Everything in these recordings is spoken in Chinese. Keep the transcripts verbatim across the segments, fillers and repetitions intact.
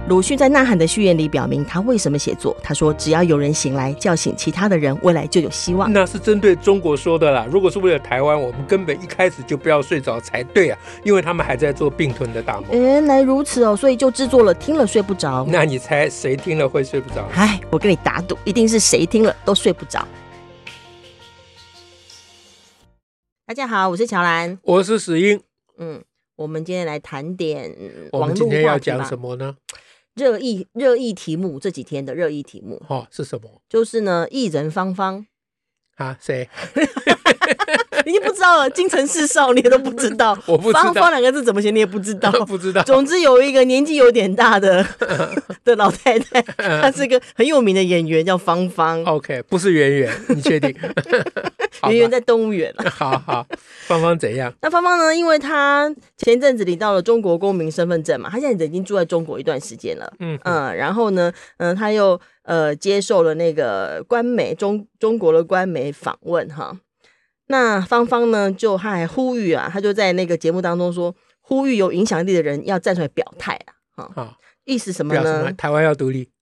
鲁迅在《呐喊》的序言里表明他为什么写作，他说只要有人醒来叫醒其他的人，未来就有希望。 那是针对中国说的啦，如果是为了台湾，我们根本一开始就不要睡着才对啊，因为他们还在做并吞的大梦。 原来如此哦，所以就制作了听了睡不着。 那你猜谁听了会睡不着？ 哎，我跟你打赌，一定是谁听了都睡不着。大家好，我是乔兰， 我是史英。 嗯，我们今天来谈点我们今天要讲什么呢？ 热议热议题目，这几天的热议题目哦，是什么？ 就是呢，艺人芳芳啊，谁？ 你已经不知道了，京城四少你也都不知道， 我不知道芳芳两个字怎么写你也不知道， 不知道。 总之有一个年纪有点大的的老太太，她是个很有名的演员，叫芳芳。 OK， 不是圆圆，你确定？ 圆圆在动物园了。 好好，芳芳怎样？ 那芳芳呢？因为她前一阵子领到了中国公民身份证嘛，她现在已经住在中国一段时间了。嗯嗯，然后呢，嗯，她又呃接受了那个官媒中中国的官媒访问哈。那芳芳呢，就她还呼吁啊，她就在那个节目当中说，呼吁有影响力的人要站出来表态啊。哈，意思什么呢？ 表什么？台湾要独立。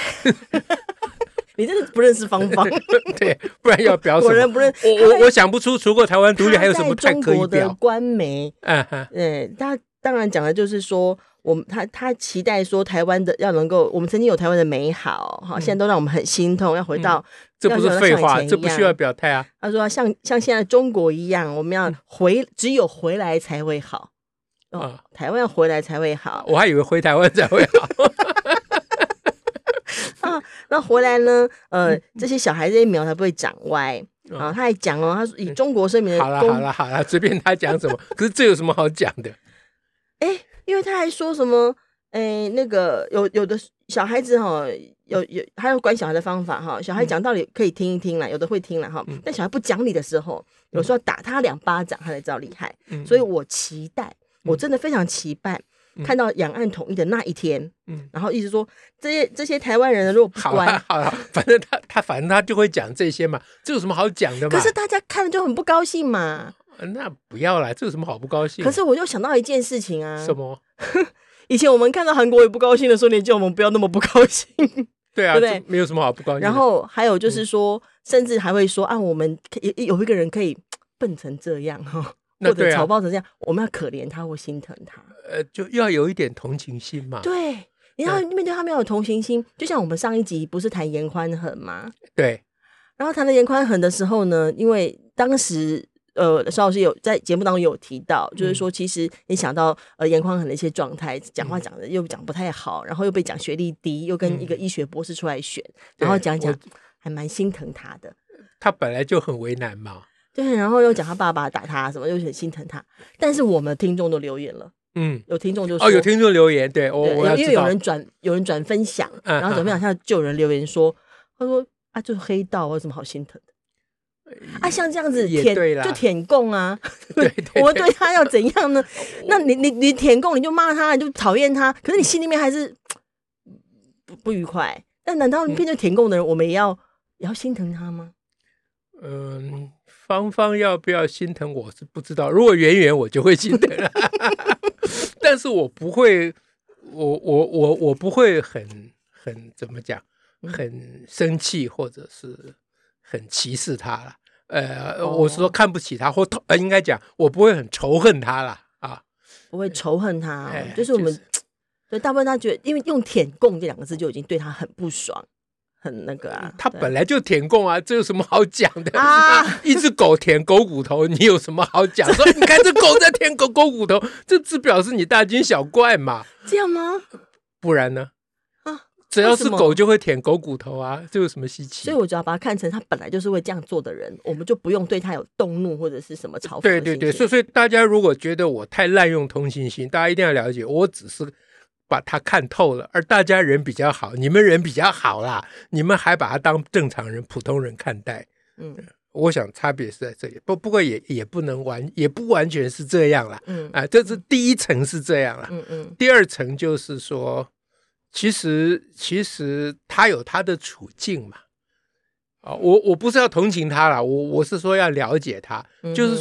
你真的不认识芳芳？ 对，不然要表什么？ 果然不认。 我我我想不出，除过台湾独立还有什么太可以表？ 中国的官媒， 嗯哼， 嗯，他当然讲的就是说，我们他他期待说台湾的要能够，我们曾经有台湾的美好，哈、嗯，现在都让我们很心痛，要回到、嗯、 这不是废话，这不需要表态啊。 他说像像现在中国一样，我们要回，嗯、只有回来才会好，哦，嗯、台湾要回来才会好。 我还以为回台湾才会好。 啊，那回来呢？呃，这些小孩这些苗才不会长歪。啊，他还讲哦，他说以中国声明的、嗯、 好了好了好了，随便他讲什么，可是这有什么好讲的？ 哎、欸，因为他还说什么，哎、欸，那个有有的小孩子哈，有有还有管小孩的方法哈，小孩讲道理可以听一听啦，有的会听啦哈，但小孩不讲理的时候，有时候打他两巴掌，他才知道厉害。嗯、所以我期待，我真的非常期待。嗯、看到两岸统一的那一天，嗯，然后一直说这些这些台湾人如果不乖， 好了好了，反正他他反正他就会讲这些嘛，这有什么好讲的嘛？ 可是大家看了就很不高兴嘛。 那不要啦，这有什么好不高兴？ 可是我就想到一件事情啊， 什么？ 以前我们看到韩国也不高兴的时候，你叫我们不要那么不高兴。 对啊，对不对？没有什么好不高兴的。 然后还有就是说，嗯、甚至还会说啊，我们有有一个人可以笨成这样哈。或者草包成这样、啊，我们要可怜他或心疼他， 呃，就要有一点同情心嘛。 对，你要面对他们要有同情心，就像我们上一集不是谈严宽恒吗？ 对。 然后谈到严宽恒的时候呢，因为当时呃，邵老师有在节目当中有提到，嗯、就是说，其实你想到呃严宽恒的一些状态，讲话讲的又讲不太好，然后又被讲学历低，又跟一个医学博士出来选，嗯、然后讲讲还蛮心疼他的。 他本来就很为难嘛。 对，然后又讲他爸爸打他什么，又很心疼他。但是我们听众都留言了，嗯，有听众就说哦，有听众留言，对，我我要知道， 因为有人转有人转分享，嗯、然后转分享下就有人留言说，他说啊，就是黑道，有什么好心疼的？啊，像这样子舔就舔共啊， 对对对， 我们对他要怎样呢？那你你你舔共，你就骂他，你就讨厌他，可是你心里面还是不不愉快。但难道面对舔共的人，我们也要也要心疼他吗？ 嗯。芳芳要不要心疼我是不知道，如果圆圆我就会心疼了，但是我不会，我我我我不会很很怎么讲，很生气或者是很歧视他了。呃，哦、我是说看不起他，或呃应该讲我不会很仇恨他了啊， 不会仇恨他、哦哎，就是我们，所以大部分他觉得，因为用舔共这两个字就已经对他很不爽。很那个啊， 他本来就舔共啊，这有什么好讲的啊？一只狗舔狗骨头，你有什么好讲？说你看这狗在舔狗狗骨头，这只表示你大惊小怪嘛？ 这样吗？ 不然呢？啊，只要是狗就会舔狗骨头啊，这有什么稀奇？ 所以我就要把它看成他本来就是会这样做的人，我们就不用对他有动怒或者是什么嘲讽。 对对对，所以所以大家如果觉得我太滥用同情心，大家一定要了解，我只是把他看透了，而大家人比较好，你们人比较好啦，你们还把他当正常人、普通人看待。嗯，我想差别是在这里，不不过也也不能完，也不完全是这样啦。嗯啊，这是第一层是这样啦。嗯嗯，第二层就是说，其实其实他有他的处境嘛。啊，我我不是要同情他啦，我我是说要了解他，嗯、就是说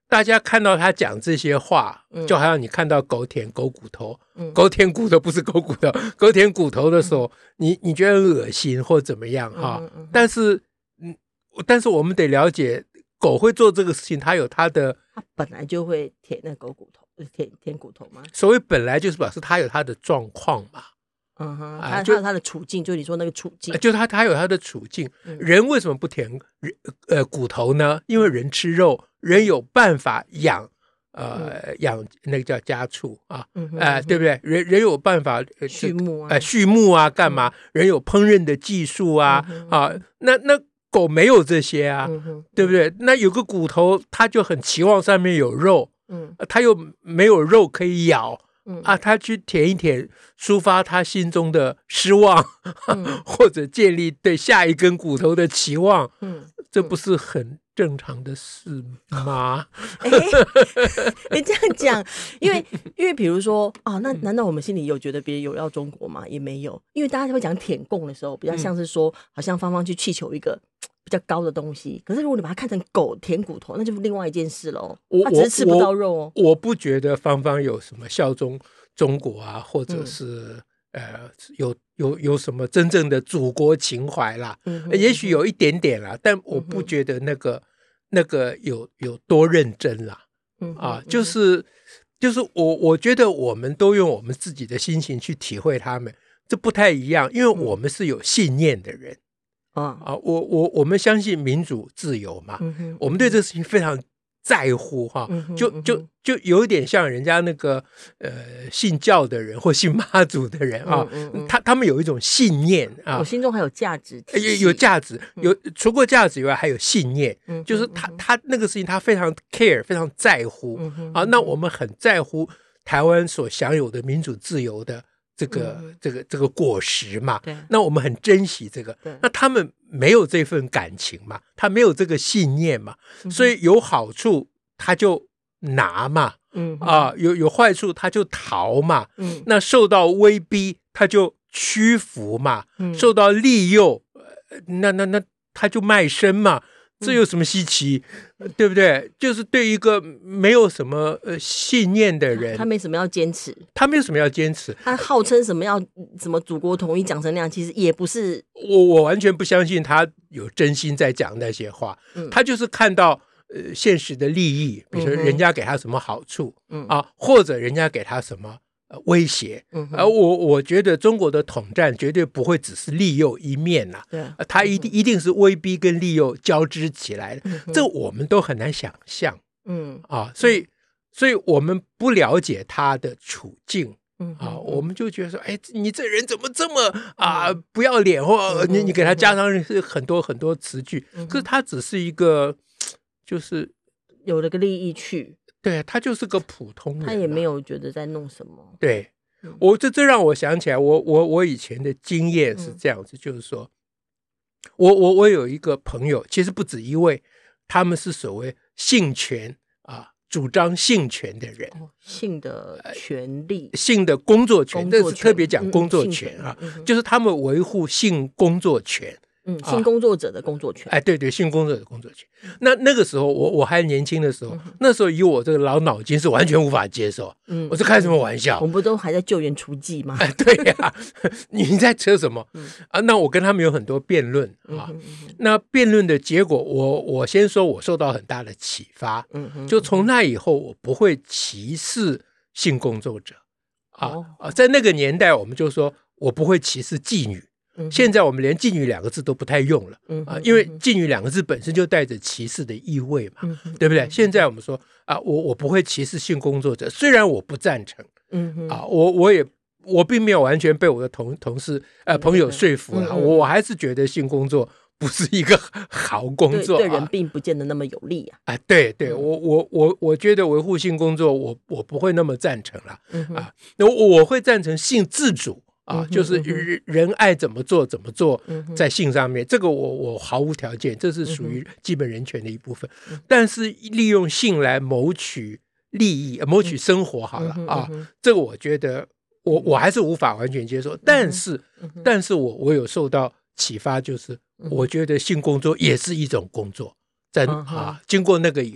大家看到他讲这些话， 嗯就好像你看到狗舔狗骨头， 嗯狗舔骨头不是狗骨头，狗舔骨头的时候，你你觉得很恶心或怎么样哈、 嗯嗯但是，嗯，但是我们得了解，狗会做这个事情，它有它的它本来就会舔那狗骨头，舔舔骨头吗？ 所谓本来就是表示它有它的状况嘛。 嗯哼， 啊就它它有它的处境，就你说那个处境呃，就他他有他的处境， 嗯人为什么不舔人呃骨头呢？因为人吃肉，人有办法养呃养那个叫家畜啊， 嗯哼呃对不对？人人有办法呃畜牧啊呃畜牧啊，干嘛？人有烹饪的技术啊嗯哼啊，那那狗没有这些啊， 嗯哼对不对？那有个骨头，它就很期望上面有肉， 嗯呃它又没有肉可以咬。 嗯啊，他去舔一舔，抒发他心中的失望， 嗯或者建立对下一根骨头的期望， 嗯， 这不是很正常的事吗？ 哎，你这样讲，因为因为比如说啊，那难道我们心里有觉得别人有要中国吗？也没有，因为大家会讲舔共的时候，比较像是说，好像芳芳去气求一个比较高的东西。可是如果你把它看成狗舔骨头，那就是另外一件事喽。 我它只是吃不到肉哦。 我不觉得芳芳有什么效忠中国啊，或者是、嗯、呃有有有什么真正的祖国情怀啦。 嗯哼也许有一点点啦，但我不觉得那个、嗯、那个有有多认真啦。 嗯啊，就是就是我我觉得我们都用我们自己的心情去体会他们，这不太一样，因为我们是有信念的人。 啊啊，我我我们相信民主自由嘛， 嗯、 我们对这个事情非常在乎哈、 嗯， 就就就有一点像人家那个呃信教的人或信妈祖的人啊， 嗯嗯嗯、 他他们有一种信念啊， 我心中还有价值， 有有价值，有除过价值以外还有信念， 嗯、 就是他他那个事情他非常 care， 非常在乎、 嗯、 啊，那我们很在乎台湾所享有的民主自由的。这个、嗯、这个这个果实嘛，那我们很珍惜这个。那他们没有这份感情嘛，他没有这个信念嘛，嗯、所以有好处他就拿嘛，嗯啊，有有坏处他就逃嘛，嗯，那受到威逼他就屈服嘛，嗯、受到利诱，那那那他就卖身嘛。这有什么稀奇、嗯、对不对？就是对一个没有什么呃信念的人， 他没什么要坚持， 他没有什么要坚持， 他号称什么要什么祖国统一，讲成那样，其实也不是。 我我完全不相信他有真心在讲那些话，嗯、他就是看到呃现实的利益，比如说人家给他什么好处，嗯、啊，或者人家给他什么。呃、威胁，而、嗯呃、我我觉得中国的统战绝对不会只是利诱一面呐、啊， 对， 呃，它一定、嗯、一定是威逼跟利诱交织起来的，嗯、这我们都很难想象，嗯啊，所以所以我们不了解他的处境，嗯啊，嗯、我们就觉得说，哎，你这人怎么这么啊不要脸，或、嗯、你你给他加上很多很多词句，嗯、可是他只是一个，就是有了个利益去。 对，他就是个普通人、啊， 他也没有觉得在弄什么。 对，我这这让我想起来，我我我以前的经验是这样子，嗯、就是说，我我我有一个朋友，其实不止一位，他们是所谓性权啊，主张性权的人， 哦、性的权利， 呃、性的工作权，这是特别讲工作权啊， 嗯嗯、 就是他们维护性工作权。 嗯，性工作者的工作权， 哎，对对，性工作者的工作权。那那个时候，我我还年轻的时候，嗯、那时候以我这个老脑筋是完全无法接受。嗯，我是开什么玩笑？ 我们不都还在救援除迹吗？ 哎，对呀、啊，你在扯什么？嗯、啊，那我跟他们有很多辩论啊。嗯、那辩论的结果，我我先说，我受到很大的启发。嗯，就从那以后，我不会歧视性工作者。啊、哦、啊，在那个年代，我们就说我不会歧视妓女。现在我们连妓女两个字都不太用了、嗯、啊，因为妓女两个字本身就带着歧视的意味嘛，嗯、对不对？现在我们说啊，我我不会歧视性工作者，虽然我不赞成，嗯、啊，我我也我并没有完全被我的同同事呃朋友说服了，嗯、我还是觉得性工作不是一个好工作， 对, 对人并不见得那么有利啊。 啊，对对，嗯、我我我我觉得维护性工作，我我不会那么赞成了、嗯、啊，那我我会赞成性自主。啊，就是人人爱怎么做怎么做，在性上面，这个我我毫无条件，这是属于基本人权的一部分。但是利用性来谋取利益、谋取生活，好了啊，这个我觉得我我还是无法完全接受。但是，但是我我有受到启发，就是我觉得性工作也是一种工作，在啊，经过那个以后，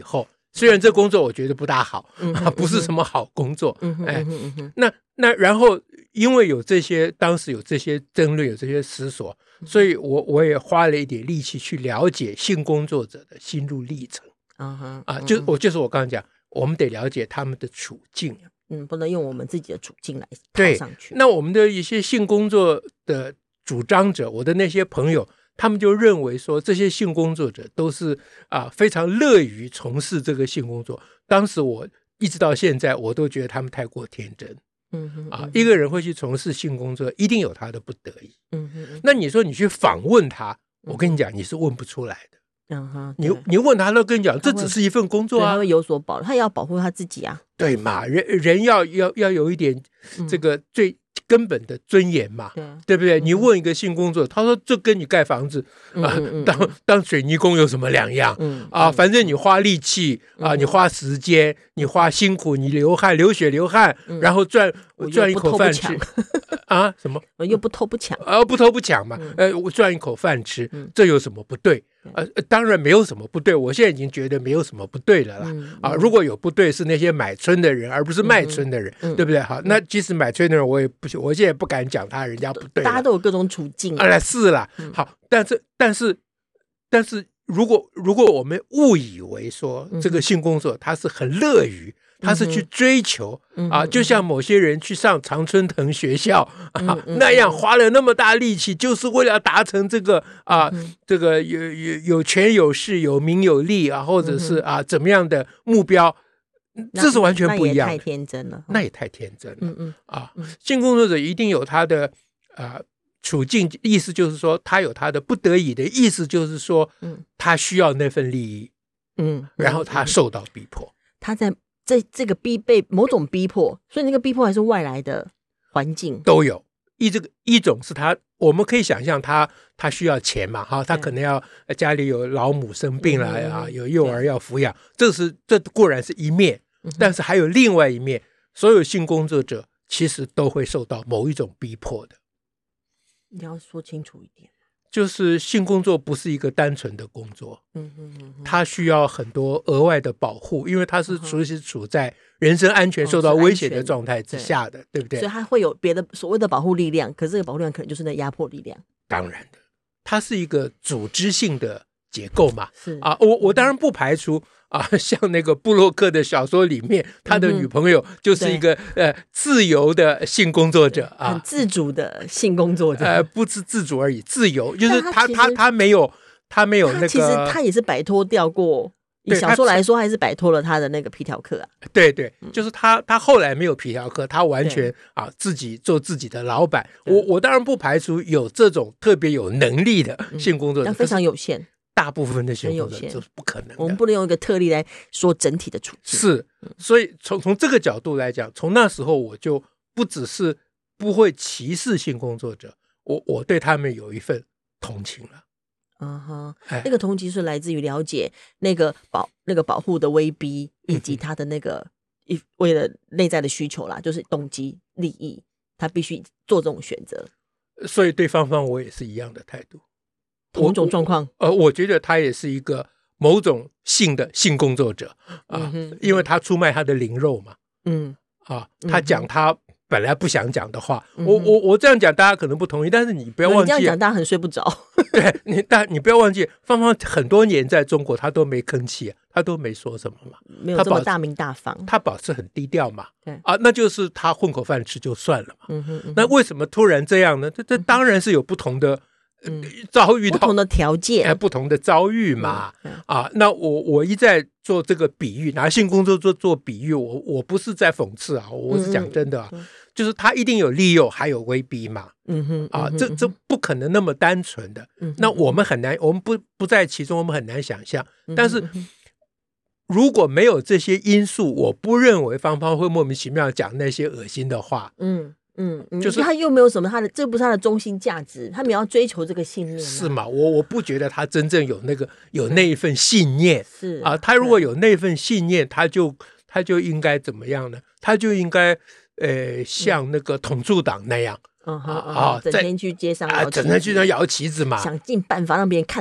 虽然这工作我觉得不大好， 嗯啊，不是什么好工作， 嗯哼哎， 嗯哼嗯哼那那然后因为有这些，当时有这些争论，有这些思索，所以我我也花了一点力气去了解性工作者的心路历程。 嗯哼啊，就我就是我刚刚讲，我们得了解他们的处境， 嗯，不能用我们自己的处境来套对上去。 那我们的一些性工作的主张者，我的那些朋友，他们就认为说，这些性工作者都是啊非常乐于从事这个性工作。当时我一直到现在，我都觉得他们太过天真。 嗯哼啊，一个人会去从事性工作，一定有他的不得已。 嗯哼， 那你说你去访问他，我跟你讲，你是问不出来的。 嗯哼， 你你问他，他跟你讲，这只是一份工作啊， 他会有所保，他也要保护他自己啊。 对嘛？人人要要要有一点这个最根本的尊严嘛， 对啊， 对不对？你问一个性工作，他说这跟你盖房子啊，当当水泥工有什么两样？啊，反正你花力气啊，你花时间，你花辛苦，你流汗、流血、流汗，然后赚赚一口饭吃啊？什么？ 又不偷不抢啊？不偷不抢嘛？呃，我赚一口饭吃，这有什么不对？呃，当然没有什么不对，我现在已经觉得没有什么不对了啦。 嗯、 啊，如果有不对，是那些买春的人，而不是卖春的人，嗯、对不对？好，那即使买春的人，我也不，我现在不敢讲他人家不对。 大家都有各种处境啊，是啦。好，但是但是但是，如果如果我们误以为说这个性工作他是很乐于。他是去追求、嗯、啊，就像某些人去上常春藤学校、嗯、啊、嗯、那样花了那么大力气，就是为了达成这个啊、嗯、这个有有有权有势有名有利啊，或者是啊怎么样的目标，这是完全不一样的。 那也太天真了， 那也太天真了。 嗯嗯啊，性工作者一定有他的啊处境，意思就是说他有他的不得已的意思，就是说，嗯，他需要那份利益，嗯，然后他受到逼迫， 他在。这这个逼被某种逼迫，所以那个逼迫还是外来的环境都有。一这个一种是他，我们可以想象他他需要钱嘛，哈，他可能要家里有老母生病了啊，有幼儿要抚养，这是这固然是一面，但是还有另外一面，所有性工作者其实都会受到某一种逼迫的。 你要说清楚一点。 就是性工作不是一个单纯的工作， 嗯哼嗯哼， 它需要很多额外的保护，因为它是随时处在人身安全受到威胁的状态之下的，哦、对, 对不对？ 所以它会有别的所谓的保护力量，可是这个保护力量可能就是那压迫力量。 当然的，它是一个组织性的结构嘛， 是啊，我我当然不排除。啊，像那个布洛克的小说里面，他的女朋友就是一个、嗯、呃自由的性工作者啊， 很自主的性工作者， 呃，不是自主而已，自由就是他他他没有他没有那个， 其实他也是摆脱掉过。以小说来说，还是摆脱了他的那个皮条客啊。 对对，就是他他后来没有皮条客，他完全啊自己做自己的老板。我我当然不排除有这种特别有能力的性工作者， 但非常有限。 大部分的性工作者这是不可能的， 我们不能用一个特例来说整体的处境。 是，所以从从这个角度来讲，从那时候我就不只是不会歧视性工作者，我我对他们有一份同情了。 嗯哼，那个同情是来自于了解那个保那个保护的威逼，以及他的那个一、嗯、为了内在的需求啦，就是动机利益，他必须做这种选择。 所以对芳芳我也是一样的态度。 同种状况， 呃，我觉得他也是一个某种性的性工作者啊，嗯、因为他出卖他的灵肉嘛， 嗯啊，他讲他本来不想讲的话，嗯、我我我这样讲大家可能不同意，但是你不要忘记， 你这样讲大家很睡不着。 对你，但你不要忘记，芳芳很多年在中国，他都没吭气、啊，他都没说什么嘛， 没有这么大名大方， 他保持很低调嘛， 对啊，那就是他混口饭吃就算了嘛。 嗯哼嗯哼， 那为什么突然这样呢？这这当然是有不同的。嗯、遭遇到不同的条件、 呃，不同的遭遇嘛，嗯嗯、啊，那我我一再做这个比喻，拿性工作做做比喻，我我不是在讽刺啊，我是讲真的啊，嗯、就是他一定有利诱，还有威逼嘛， 嗯哼， 啊， 嗯哼这这不可能那么单纯的，嗯、那我们很难，我们不不在其中，我们很难想象，但是。嗯如果没有这些因素，我不认为芳芳会莫名其妙讲那些恶心的话。 嗯。嗯， 就是他又没有什么他的，这不是他的中心价值，他们要追求这个信念、啊， 是吗？我我不觉得他真正有那个有那一份信念， 是啊，他如果有那份信念，他就他就应该怎么样呢？他就应该呃像那个统促党那样， 嗯啊，整天去街上啊，整天去那摇旗子嘛， 想尽办法让别人看到，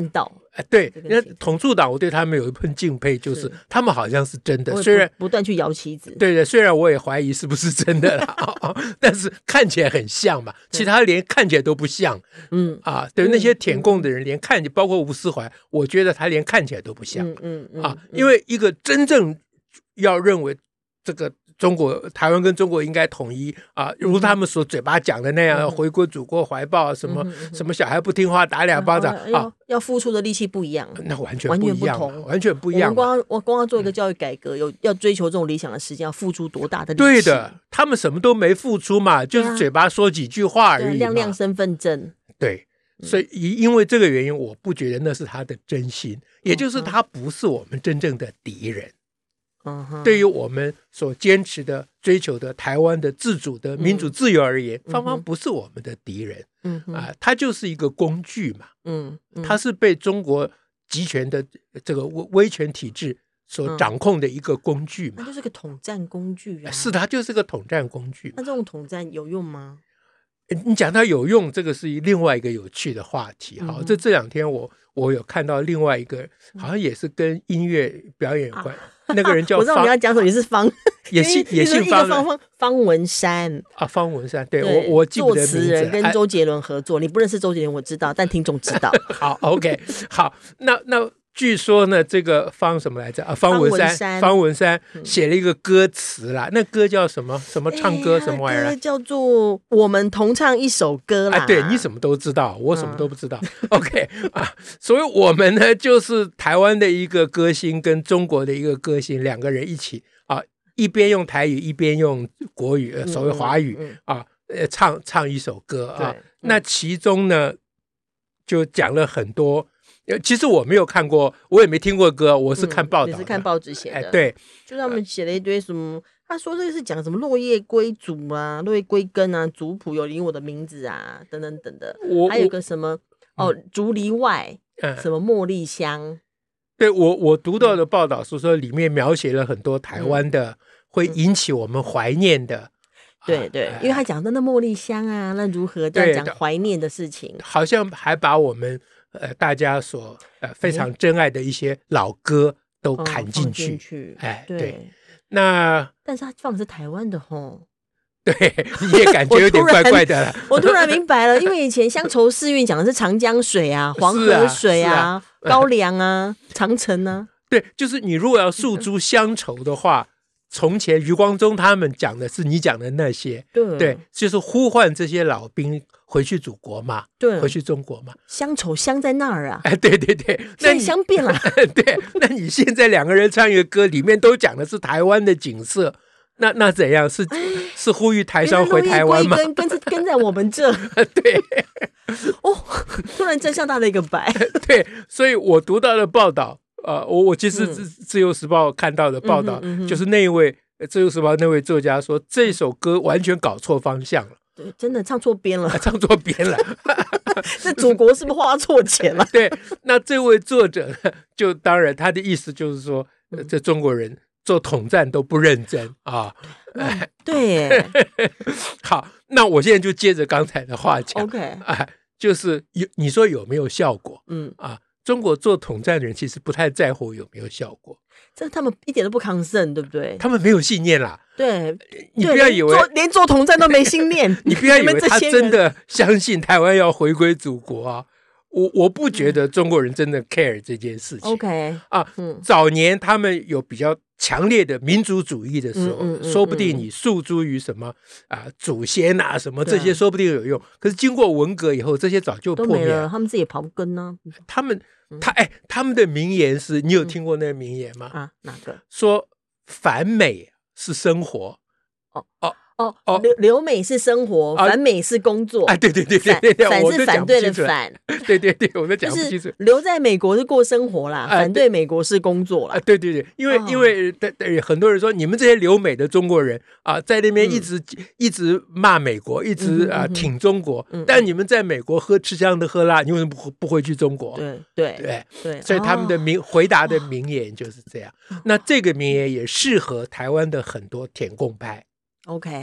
哎，对，那统促党我对他们有一份敬佩，就是是他们好像是真的，虽然不断去摇旗子， 对对，虽然我也怀疑是不是真的啦，但是看起来很像嘛，其他连看起来都不像，嗯啊，对，那些舔共的人连看起来，包括吴思怀，我觉得他连看起来都不像，嗯嗯嗯啊，因为一个真正要认为这个。中国台湾跟中国应该统一啊，如他们所嘴巴讲的那样，嗯、回归祖国怀抱，什么、嗯、什么小孩不听话打两巴掌、 嗯、啊，要付出的力气不一样， 那完全不一样， 完全不同， 完全不一样。 我光我光要做一个教育改革，有要追求这种理想的时间，要付出多大的力气？ 对的，他们什么都没付出嘛，就是嘴巴说几句话而已嘛， 亮亮身份证。 对，所以因为这个原因，我不觉得那是他的真心，也就是他不是我们真正的敌人。Uh-huh. 对于我们所坚持的追求的台湾的自主的民主自由而言，嗯、芳芳不是我们的敌人，嗯啊，它就是一个工具嘛，嗯，嗯它是被中国集权的这个威权体制所掌控的一个工具嘛， 那、嗯、就是个统战工具啊， 是的，它就是个统战工具。 那这种统战有用吗？ 你讲它有用，这个是另外一个有趣的话题。好，嗯、这这两天我我有看到另外一个，好像也是跟音乐表演有关。啊那个人叫我知道你要讲什么，也是方， 也姓也姓方方方方文山啊，方文山，对, 对我我记不得名字。 作词人跟周杰伦合作，你不认识周杰伦我知道，但听众知道。 好 ，OK， 好，那那据说呢，这个方什么来着啊？方文山，方文山写了一个歌词啦，嗯、那歌叫什么？什么唱歌、欸、什么玩意儿？ 叫做《我们同唱一首歌》啦。 啊，对你什么都知道，我什么都不知道。嗯、OK 啊，所以我们呢，就是台湾的一个歌星跟中国的一个歌星两个人一起啊，一边用台语，一边用国语，呃、所谓华语、嗯嗯、啊，呃，唱唱一首歌啊。嗯、那其中呢，就讲了很多。其实我没有看过，我也没听过歌，我是看报道、嗯， 也是看报纸写的。 哎、对， 就他们写了一堆什么，他说这个是讲什么落叶归祖啊，落叶归根啊，族谱有领我的名字啊，等等等的。还有个什么哦，竹篱外、嗯，什么茉莉香。 对我我读到的报道是说，里面描写了很多台湾的、嗯、会引起我们怀念的。嗯对对，因为他讲的那茉莉香啊，那如何这样讲怀念的事情， 好像还把我们呃大家所呃非常珍爱的一些老歌都砍进去，哦、 去哎， 对， 对那但是他放的是台湾的吼。 对，你也感觉有点怪怪的了。 我突然明白了，因为以前乡愁四韵讲的是长江水啊、黄河水啊、啊啊高粱啊、长城啊。 对，就是你如果要诉诸乡愁的话。从前余光中他们讲的是你讲的那些， 对对，就是呼唤这些老兵回去祖国嘛， 对， 回去中国嘛。 乡愁乡在那儿啊， 哎，对对对， 那你乡变了， 对，那你现在两个人唱一个歌，里面都讲的是台湾的景色，那那怎样？是是呼吁台商回台湾吗？ 跟跟跟在我们这， 对， 哦，突然真相大了一个白， 对，所以我读到的报道。呃，我我其实自自由时报看到的报道，嗯嗯、就是那一位自由时报那位作家说，这首歌完全搞错方向了， 对，真的唱错边了， 唱错边了。 那祖国是不是花错钱了？ 对，那这位作者呢，就当然他的意思就是说，呃、这中国人做统战都不认真啊。 嗯、对， 好，那我现在就接着刚才的话讲 ，OK， 啊，就是有你说有没有效果？嗯啊。中国做统战的人其实不太在乎有没有效果， 这他们一点都不抗胜，对不对？ 他们没有信念啦。 对， 你不要以为连做连做统战都没信念， 你不要以为他真的相信台湾要回归祖国啊！我我不觉得中国人真的 care 这件事情。 OK 啊，嗯、早年他们有比较强烈的民族主义的时候，嗯嗯嗯、说不定你诉诸于什么啊祖先啊什么这些，说不定有用。可是经过文革以后，这些早就破灭了， 了他们自己也刨根呢、啊。 他们他哎，他们的名言是你有听过那个名言吗？ 嗯、啊，哪个？ 说反美是生活。 哦哦。哦哦，留留美是生活，反美是工作。 哎，对对对对对， 反是反对的反。 对对对，我都讲不清楚。 就是留在美国是过生活啦，反对美国是工作啦。 对对对，因为因为对对，很多人说你们这些留美的中国人啊，在那边一直一直骂美国，一直啊挺中国，但你们在美国喝吃香的喝辣，你为什么不不回去中国？ 对对对对， 所以他们的名回答的名言就是这样。那这个名言也适合台湾的很多舔共派。 OK，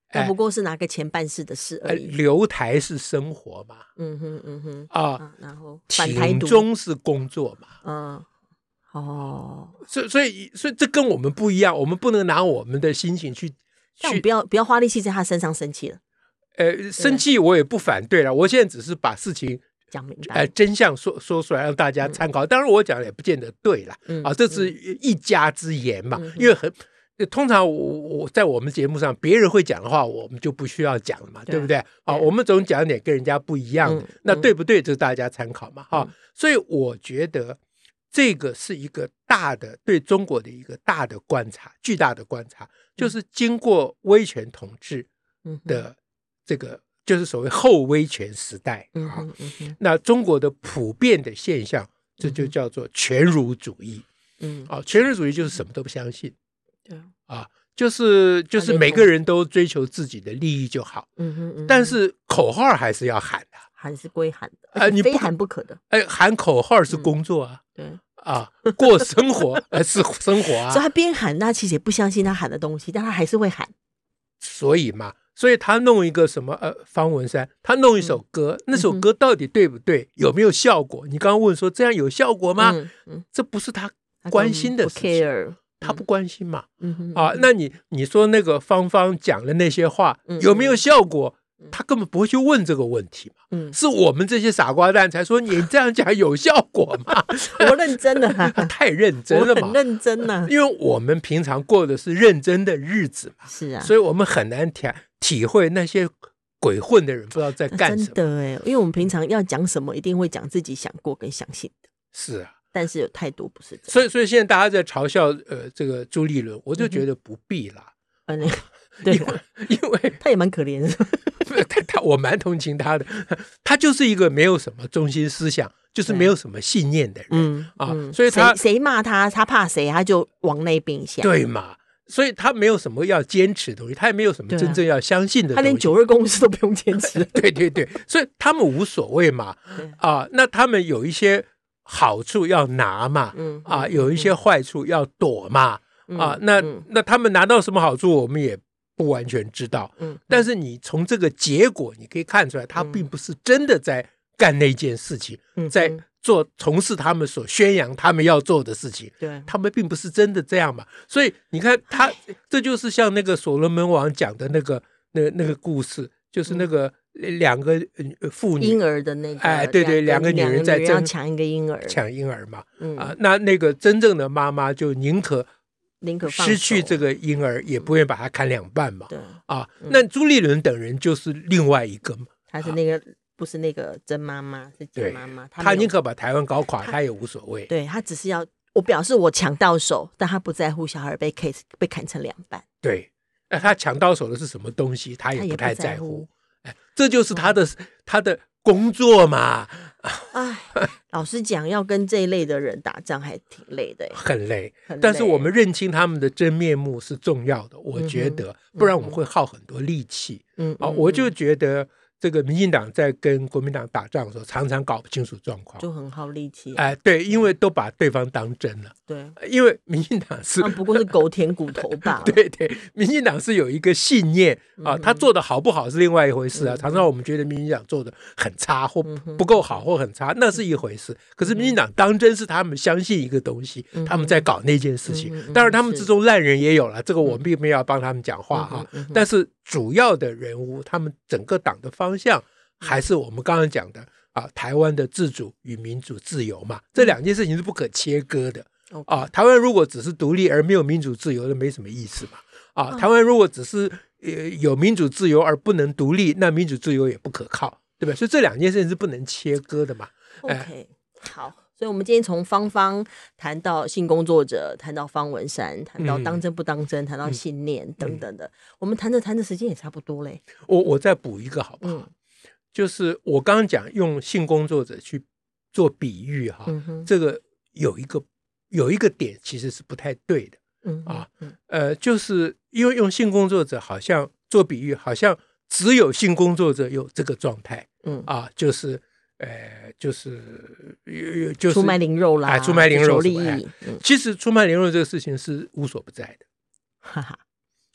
那不过是拿个钱办事的事而已。 呃、留台是生活嘛， 嗯哼嗯哼啊， 啊然后反台独挺中是工作嘛， 嗯。哦， 所以所以所以这跟我们不一样，我们不能拿我们的心情去去但我不要不要花力气在他身上生气了。 呃，生气我也不反对了，我现在只是把事情讲明白， 呃，真相说说出来让大家参考。嗯、当然我讲的也不见得对啦，嗯、啊，这是一家之言嘛，嗯、因为很通常我我在我们节目上别人会讲的话，我们就不需要讲了嘛，对, 对不对？啊，我们总讲点跟人家不一样的，嗯、那对不对？这是大家参考嘛，哈、嗯。所以我觉得。这个是一个大的对中国的一个大的观察，巨大的观察，就是经过威权统治的这个，就是所谓后威权时代啊。那中国的普遍的现象，这就叫做全儒主义。嗯，啊，全儒主义就是什么都不相信，对啊，就是就是每个人都追求自己的利益就好。嗯哼嗯，但是口号还是要喊的。 喊是归喊的，而且非喊不可的。 哎、呃，喊口号是工作啊，嗯、对啊，过生活呃是生活啊。 所以他边喊，他其实也不相信他喊的东西，但他还是会喊。 所以嘛，所以他弄一个什么呃，方文山，他弄一首歌，嗯、那首歌到底对不对，有没有效果？你刚刚问说这样有效果吗？嗯嗯、这不是他关心的事情，不他不关心嘛。嗯、啊，那你你说那个芳芳讲的那些话、嗯、有没有效果？他根本不会去问这个问题嘛，嗯，是我们这些傻瓜蛋才说你这样讲有效果吗？ 我认真了、啊， 太认真了嘛， 我很认真呐、啊， 因为我们平常过的是认真的日子嘛， 是啊， 所以我们很难体体会那些鬼混的人不知道在干什么。 真的哎，因为我们平常要讲什么，一定会讲自己想过跟相信的。 是啊， 但是有太多不是这样， 所以所以现在大家在嘲笑呃这个朱立伦，我就觉得不必啦。 嗯嗯对，因为因为他也蛮可怜的， 他他我蛮同情他的，他就是一个没有什么中心思想，就是没有什么信念的人、嗯、啊，嗯、所以他谁骂他，他怕谁，他就往那边想， 对嘛？所以他没有什么要坚持的东西，他也没有什么真正要相信的东西， 他连九二共识都不用坚持。 对对对，所以他们无所谓嘛，啊，那他们有一些好处要拿嘛，嗯、啊，有一些坏处要躲嘛，嗯、啊，那、嗯、那他们拿到什么好处，我们也不完全知道，嗯，但是你从这个结果你可以看出来，他并不是真的在干那件事情，嗯、在做从事他们所宣扬他们要做的事情，对，他们并不是真的这样嘛。所以你看他，这就是像那个所罗门王讲的那个那那个故事，就是那个两个妇女婴儿的那个， 哎，对对，两个女人在争抢一个婴儿， 抢婴儿嘛，嗯、啊，那那个真正的妈妈就宁可。 宁可失去这个婴儿，也不愿意把它砍两半嘛。对啊，那朱立伦等人就是另外一个嘛。 他是那个、啊、不是那个真妈妈，是假妈妈。 他宁可把台湾搞垮，他也无所谓。 对他只是要我表示我抢到手，但他不在乎小孩被 case 被砍成两半。 对，那他抢到手的是什么东西，他也不太在乎。哎，这就是他的、嗯、他的工作嘛。 哎，老实讲，要跟这一类的人打仗还挺累的， 很累。但是我们认清他们的真面目是重要的，我觉得，不然我们会耗很多力气。嗯啊，我就觉得这个民进党在跟国民党打仗的时候，常常搞不清楚状况， 就很耗力气。 哎、呃，对，因为都把对方当真了。 对， 因为民进党是不过是狗舔骨头吧。 对对，民进党是有一个信念啊，他做的好不好是另外一回事啊。嗯、常常我们觉得民进党做的很差或不够好或很差，那是一回事。可是民进党当真是他们相信一个东西，嗯、他们在搞那件事情。嗯、当然，他们之中烂人也有了，这个我们并没有要帮他们讲话哈、嗯。但是主要的人物，他们整个党的方向还是我们刚刚讲的啊，台湾的自主与民主自由嘛，这两件事情是不可切割的。啊，台湾如果只是独立而没有民主自由，那没什么意思嘛。啊，台湾如果只是呃有民主自由而不能独立，那民主自由也不可靠，对吧？所以这两件事情是不能切割的嘛。 OK，、哎、好，所以我们今天从芳芳谈到性工作者，谈到方文山，谈到当真不当真，嗯、谈到信念、嗯、等等的，我们谈着谈着时间也差不多嘞。 我我再补一个好不好？嗯、就是我刚刚讲用性工作者去做比喻哈，嗯、这个有一个。有一个点其实是不太对的，嗯啊，呃，就是因为用性工作者好像做比喻，好像只有性工作者有这个状态，嗯啊，就是呃，就是就是出卖灵肉啦， 哎，出卖灵肉利益、 哎嗯。其实出卖灵肉这个事情是无所不在的， 哈哈，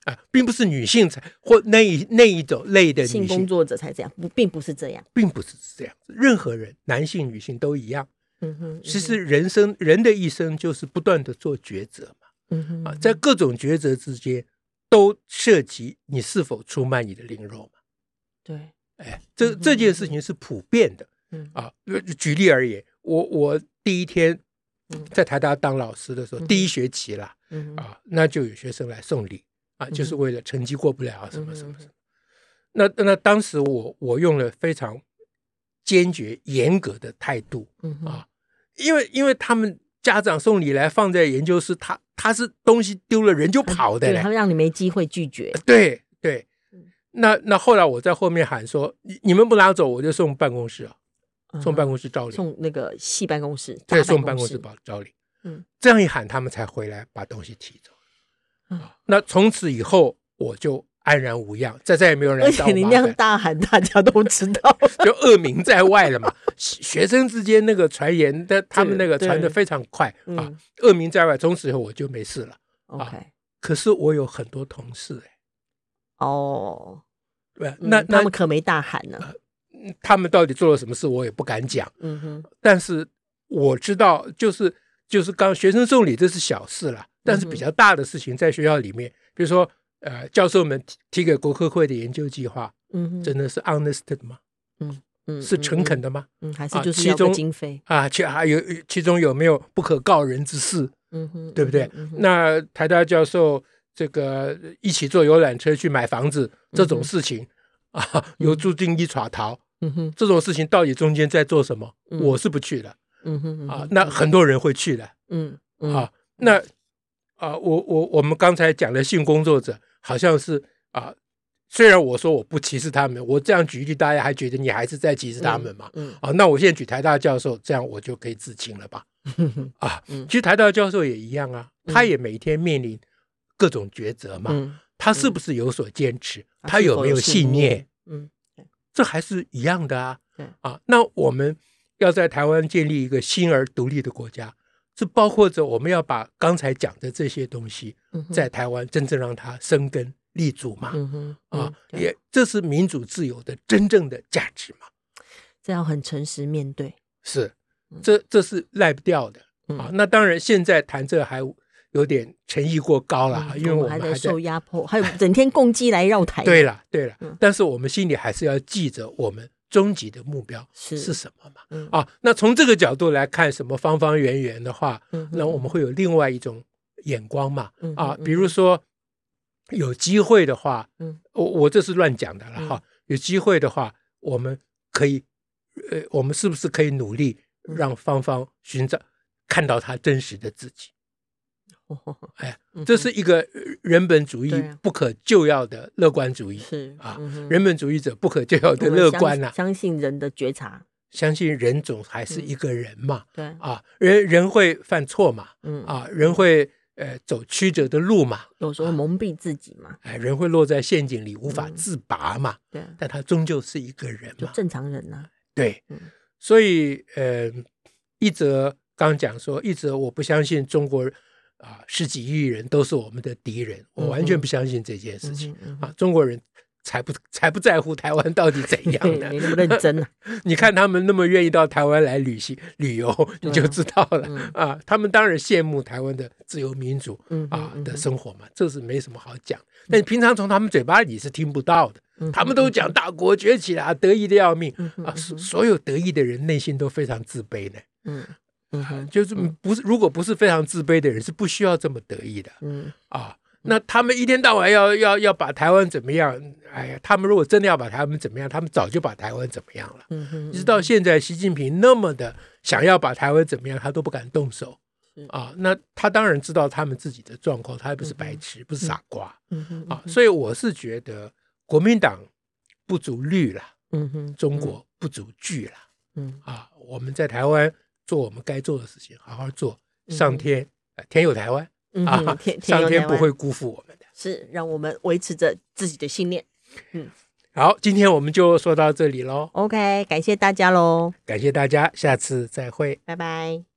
啊，并不是女性才或那一那一种类的女性性工作者才这样，不，并不是这样， 并不是这样，任何人，男性、女性都一样。 嗯哼， 其实人生人的一生就是不断的做抉择嘛， 嗯哼， 啊，在各种抉择之间，都涉及你是否出卖你的灵肉嘛。 对， 哎，这这件事情是普遍的， 嗯啊，举例而言，我我第一天在台大当老师的时候， 嗯、 第一学期啦， 嗯、 啊，那就有学生来送礼啊， 嗯、 就是为了成绩过不了什么什么什么。那那当时我我用了非常坚决严格的态度， 嗯、 啊，因为因为他们家长送礼来放在研究室，他他是东西丢了人就跑的嘞， 对，他们让你没机会拒绝。 对对，那那后来我在后面喊说，你你们不拿走，我就送办公室啊。送办公室照理， 送那个系办公室， 对，送办公室照理。嗯，这样一喊，他们才回来把东西提走。嗯，那从此以后，我就安然无恙，再再也没有人来找我麻烦。 而且你那样大喊，大家都知道， 就恶名在外了嘛。学生之间那个传言的，他们那个传得非常快啊，恶名在外。从此以后我就没事了。 OK， 可是我有很多同事哎。 哦， 对，那他们可没大喊呢。 他们到底做了什么事，我也不敢讲。 嗯哼， 但是我知道，就是就是刚学生送礼这是小事啦，但是比较大的事情在学校里面，比如说呃，教授们提提给国科会的研究计划，嗯哼，真的是 honest 的吗？嗯嗯，是诚恳的吗？ 嗯，还是就是要个经费啊？其还有其中有没有不可告人之事？嗯哼，对不对？嗯、那台大教授这个一起坐游览车去买房子这种事情、嗯、啊，由朱敬一耍逃。嗯哼，这种事情到底中间在做什么？嗯、我是不去的。嗯哼，啊，那很多人会去的。嗯，嗯啊，那啊，我我我们刚才讲的性工作者，好像是啊，虽然我说我不歧视他们，我这样举例，大家还觉得你还是在歧视他们嘛？嗯，嗯啊，那我现在举台大教授，这样我就可以自清了吧？啊，其实台大教授也一样啊，他也每天面临各种抉择嘛。嗯，他是不是有所坚持？嗯、他有没有信念？嗯。这还是一样的啊，啊，那我们要在台湾建立一个新而独立的国家，这包括着我们要把刚才讲的这些东西，在台湾真正让它生根立足嘛，嗯哼嗯、啊，也这是民主自由的真正的价值嘛， 这要很诚实面对， 是，这这是赖不掉的、嗯、啊。那当然，现在谈这还有点诚意过高了、嗯，因为我们还在受压迫，还有整天共机来绕台。 对了，对了、嗯，但是我们心里还是要记着我们终极的目标是是什么嘛？嗯、啊，那从这个角度来看，什么方方圆圆的话，嗯、那我们会有另外一种眼光嘛？嗯、啊，比如说有机会的话，嗯，我我这是乱讲的了哈、嗯。有机会的话，我们可以，呃，我们是不是可以努力让芳芳寻找看到她真实的自己？哎，这是一个人本主义不可救药的乐观主义，是啊、嗯，人本主义者不可救药的乐观啊， 相信人的觉察， 相信人总还是一个人嘛， 对、 嗯、啊，人人会犯错嘛，嗯啊，人会呃走曲折的路嘛， 有时候蒙蔽自己嘛， 哎、啊，人会落在陷阱里无法自拔嘛，嗯、对，但他终究是一个人嘛， 就正常人啊， 对，嗯、所以呃，一则刚讲说，一则我不相信中国人。啊，十几亿人都是我们的敌人，我完全不相信这件事情、嗯嗯嗯、啊！中国人才不才不在乎台湾到底怎样呢？ 没那么认真啊！ 你看他们那么愿意到台湾来旅行旅游，你就知道了、嗯、啊！他们当然羡慕台湾的自由民主、嗯、啊的生活嘛，这是没什么好讲。但平常从他们嘴巴里是听不到的，嗯、他们都讲大国崛起啦，得意的要命、嗯、啊！所有得意的人内心都非常自卑的。嗯。嗯、就是不是，如果不是非常自卑的人，是不需要这么得意的。嗯啊，那他们一天到晚要要要把台湾怎么样？哎呀，他们如果真的要把台湾怎么样，他们早就把台湾怎么样了。嗯哼，一直到现在，习近平那么的想要把台湾怎么样，他都不敢动手。啊，那他当然知道他们自己的状况，他也不是白痴，嗯、不是傻瓜。嗯哼，啊，所以我是觉得国民党不足虑了。嗯哼，中国不足惧了。嗯啊，我们在台湾。做我们该做的事情，好好做。上天，嗯、天有台湾、嗯、啊，天天上天不会辜负我们的， 是让我们维持着自己的信念。嗯， 好，今天我们就说到这里咯。 OK， 感谢大家咯， 感谢大家，下次再会， 拜拜。